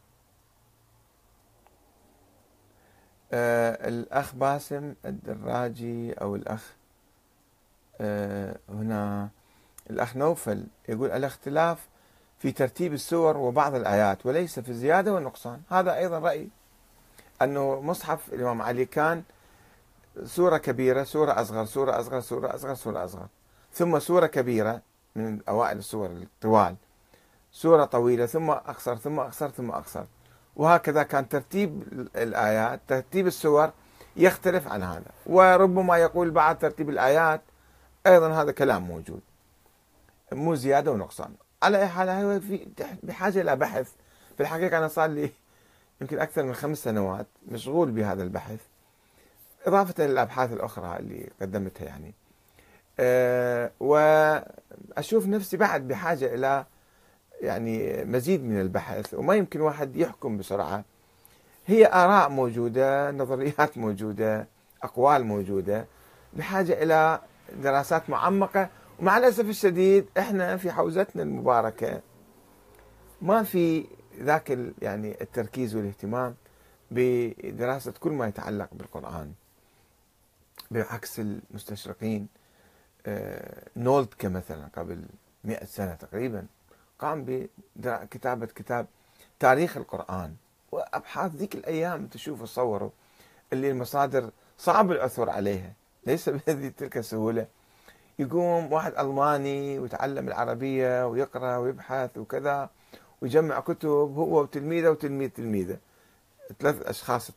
S1: آه الأخ باسم الدراجي أو الأخ آه هنا الأخ نوفل يقول الاختلاف في ترتيب السور وبعض الآيات وليس في الزيادة والنقصان. هذا أيضا رأي، أنه مصحف الإمام علي كان سورة كبيرة سورة أصغر سورة أصغر سورة أصغر سورة أصغر، ثم سورة كبيرة من أوائل السور الطوال، سورة طويلة ثم أقصر ثم أقصر ثم أقصر، وهكذا كان ترتيب الآيات ترتيب السور يختلف عن هذا. وربما يقول بعد ترتيب الآيات أيضا هذا كلام موجود، مو زيادة ونقصان. على أي حال هو في بحاجة إلى بحث. في الحقيقة أنا صار لي يمكن أكثر من خمس سنوات مشغول بهذا البحث، إضافة للأبحاث الأخرى اللي قدمتها يعني. أه وأشوف نفسي بعد بحاجة إلى يعني مزيد من البحث، وما يمكن واحد يحكم بسرعة. هي آراء موجودة، نظريات موجودة، أقوال موجودة، بحاجة إلى دراسات معمقة. ومع الأسف الشديد إحنا في حوزتنا المباركة ما في ذاك يعني التركيز والاهتمام بدراسة كل ما يتعلق بالقرآن، بعكس المستشرقين. نولتكا مثلا قبل مئة سنة تقريبا قام بكتابة كتاب تاريخ القرآن، وأبحاث ذيك الأيام تشوفوا تصوروا اللي المصادر صعب العثور عليها، ليس بهذه تلك السهولة. يقوم واحد ألماني ويتعلم العربية ويقرأ ويبحث وكذا ويجمع كتب، هو وتلميذه وتلميذ تلميذه، ثلاث أشخاص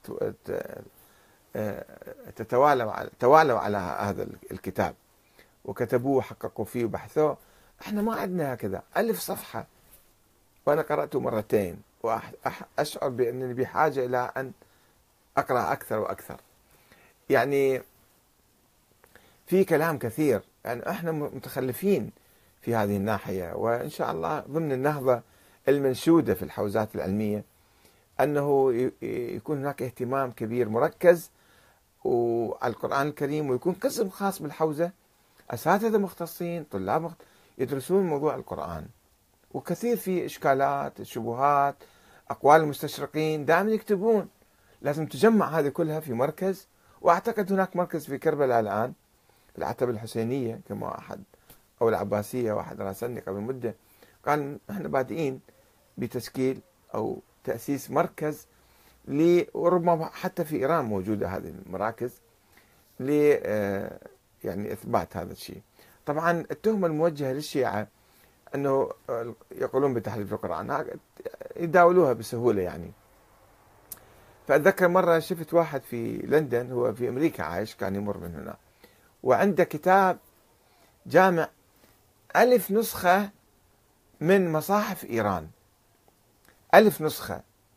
S1: تتوالوا توالوا على هذا الكتاب وكتبوه وحققوا فيه وبحثوه. احنا ما عندنا هكذا ألف صفحة، وأنا قرأته مرتين وأشعر بأنني بحاجة إلى أن أقرأ أكثر وأكثر. يعني في كلام كثير، يعني احنا متخلفين في هذه الناحية. وإن شاء الله ضمن النهضة المنشودة في الحوزات العلمية أنه يكون هناك اهتمام كبير مركز وعلى القرآن الكريم، ويكون قسم خاص بالحوزة، أساتذة مختصين، طلاب يدرسون موضوع القرآن. وكثير في إشكالات، شبهات، أقوال المستشرقين دائما يكتبون، لازم تجمع هذه كلها في مركز. وأعتقد هناك مركز في كربلاء الآن، العتبة الحسينية كما أحد، أو العباسية، واحد راسلني قبل مدة قال احنا بادئين بتشكيل أو تأسيس مركز، وربما حتى في إيران موجودة هذه المراكز ل يعني إثبات هذا الشيء. طبعا التهمة الموجهة للشيعة أنه يقولون بتحريف القرآن يداولوها بسهولة يعني. فأتذكر مرة شفت واحد في لندن، هو في أمريكا عايش، كان يمر من هنا وعنده كتاب جامع ألف نسخة من مصاحف إيران، ألف نسخة،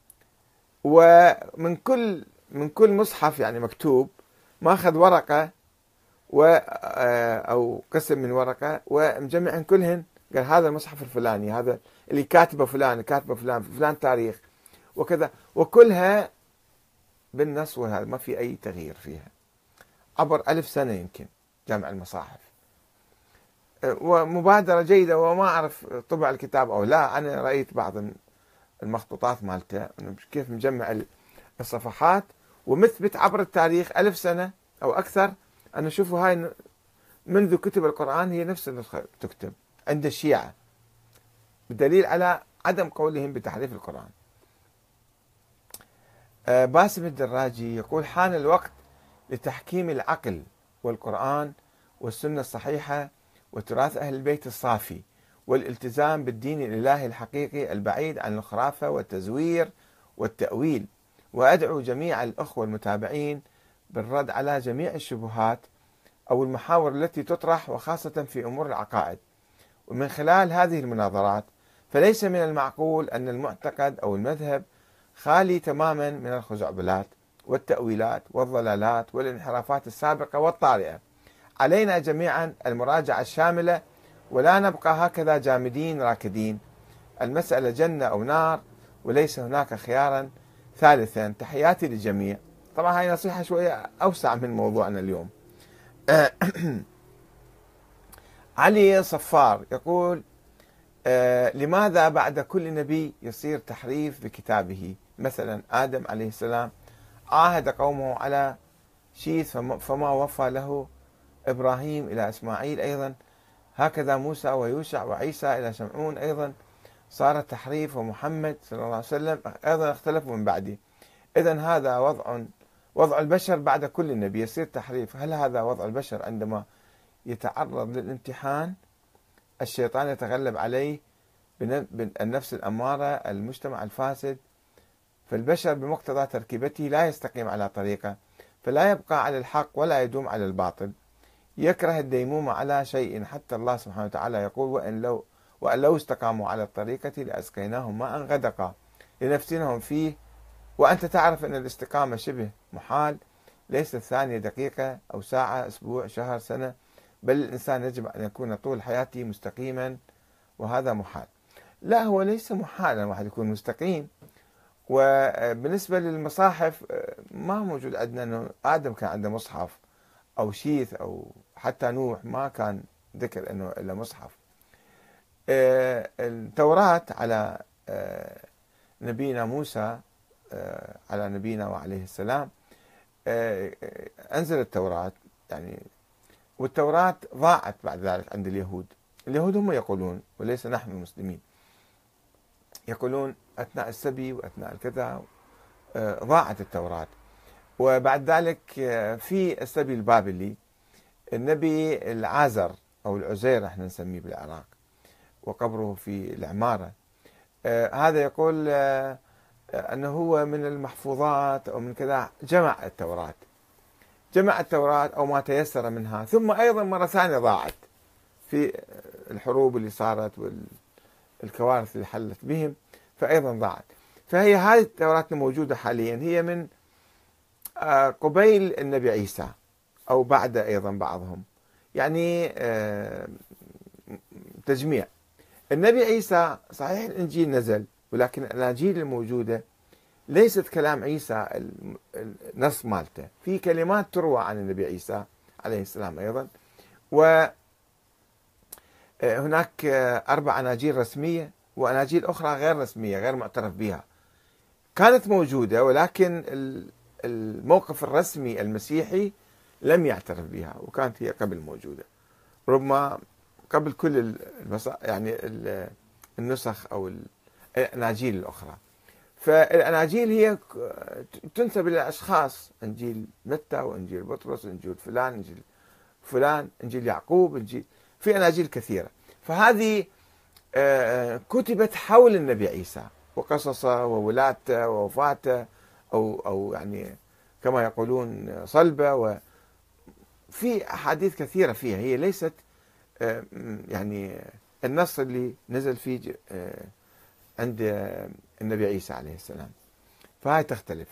S1: ومن كل من كل مصحف يعني مكتوب ماخذ ورقة و أو قسم من ورقة ومجمعن كلهن قال هذا المصحف الفلاني، هذا اللي كاتبه فلان، كاتبه فلان، فلان تاريخ وكذا، وكلها بالنص، وهذا ما في أي تغيير فيها عبر ألف سنة يمكن جمع المصاحف. ومبادرة جيدة، وما أعرف طبع الكتاب أو لا، أنا رأيت بعض المخطوطات مالته كيف مجمع الصفحات ومثبت عبر التاريخ ألف سنة أو أكثر. أنا أشوفه هاي منذ كتب القرآن هي نفس النسخة تكتب عند الشيعة، بدليل على عدم قولهم بتحريف القرآن. باسم الدراجي يقول حان الوقت لتحكيم العقل والقرآن والسنة الصحيحة وتراث أهل البيت الصافي، والالتزام بالدين الإلهي الحقيقي البعيد عن الخرافة والتزوير والتأويل. وأدعو جميع الأخوة المتابعين بالرد على جميع الشبهات أو المحاور التي تطرح، وخاصة في أمور العقائد. ومن خلال هذه المناظرات فليس من المعقول أن المعتقد أو المذهب خالي تماما من الخزعبلات والتأويلات والضلالات والانحرافات السابقة والطارئة. علينا جميعا المراجعة الشاملة، ولا نبقى هكذا جامدين راكدين. المسألة جنة أو نار، وليس هناك خيارا ثالثا. تحياتي للجميع. طبعا هاي نصيحة شوية أوسع من موضوعنا اليوم. علي صفار يقول آه لماذا بعد كل نبي يصير تحريف بكتابه؟ مثلا آدم عليه السلام عاهد قومه على شيث فما وفى له إبراهيم إلى إسماعيل أيضا، هكذا موسى ويوشع وعيسى إلى شمعون أيضا صار التحريف، ومحمد صلى الله عليه وسلم أيضا اختلفوا من بعده. إذن هذا وضع وضع البشر بعد كل نبي يصير تحريف. هل هذا وضع البشر عندما يتعرض للامتحان الشيطان يتغلب عليه بالنفس الأمارة المجتمع الفاسد؟ فالبشر بمقتضى تركيبته لا يستقيم على طريقة، فلا يبقى على الحق ولا يدوم على الباطل، يكره الديمومة على شيء، حتى الله سبحانه وتعالى يقول وإن لو وأن لو استقاموا على الطريقة لأسقيناهم ماء غدقا لنفتنهم فيه. وأنت تعرف أن الاستقامة شبه محال، ليست ثانية دقيقة أو ساعة أسبوع شهر سنة، بل الإنسان يجب أن يكون طول حياته مستقيما، وهذا محال. لا، هو ليس محالا واحد يكون مستقيم. وبالنسبة للمصاحف ما موجود عندنا أنه آدم كان عنده مصحف أو شيث، أو حتى نوح ما كان ذكر أنه إلا مصحف. التوراة على نبينا موسى على نبينا وعليه السلام أنزل التوراة يعني، والتوراة ضاعت بعد ذلك عند اليهود. اليهود هم يقولون وليس نحن المسلمين، يقولون أثناء السبي وأثناء الكذا ضاعت التوراة. وبعد ذلك في السبي البابلي النبي العازر أو العزير احنا نسميه بالعراق، وقبره في العمارة، هذا يقول أنه هو من المحفوظات أو من كذا، جمع التوراة جمع التوراة أو ما تيسر منها، ثم أيضا مرة ثانية ضاعت في الحروب اللي صارت والكوارث اللي حلت بهم، فأيضا ضاعت. فهي هذه التوراة الموجودة حاليا هي من قبيل النبي عيسى أو بعد أيضا بعضهم، يعني تجميع. النبي عيسى صحيح الإنجيل نزل، ولكن الأناجيل الموجودة ليست كلام عيسى النص مالته، في كلمات تروى عن النبي عيسى عليه السلام أيضا. وهناك أربع أناجيل رسمية وأناجيل أخرى غير رسمية غير معترف بها كانت موجودة، ولكن الموقف الرسمي المسيحي لم يعترف بها، وكانت هي قبل موجودة ربما قبل كل يعني النسخ أو الأناجيل الأخرى. فالأناجيل هي تنسب إلى أشخاص، إنجيل متى وإنجيل بطرس وإنجيل فلان إنجيل فلان إنجيل يعقوب إنجيل، في أناجيل كثيرة. فهذه كتبت حول النبي عيسى وقصصه وولادته ووفاته، أو أو يعني كما يقولون صلبه، وفي أحاديث كثيرة فيها. هي ليست يعني النص اللي نزل فيه عند النبي عيسى عليه السلام، فهاي تختلف.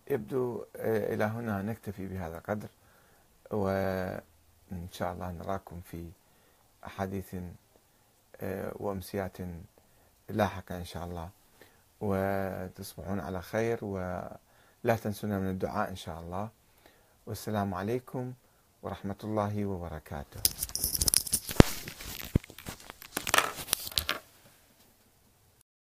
S1: يبدو إلى هنا نكتفي بهذا القدر، وإن شاء الله نراكم في أحاديث وأمسيات لاحقة إن شاء الله، وتصبحون على خير، ولا تنسونا من الدعاء إن شاء الله. والسلام عليكم ورحمة الله وبركاته.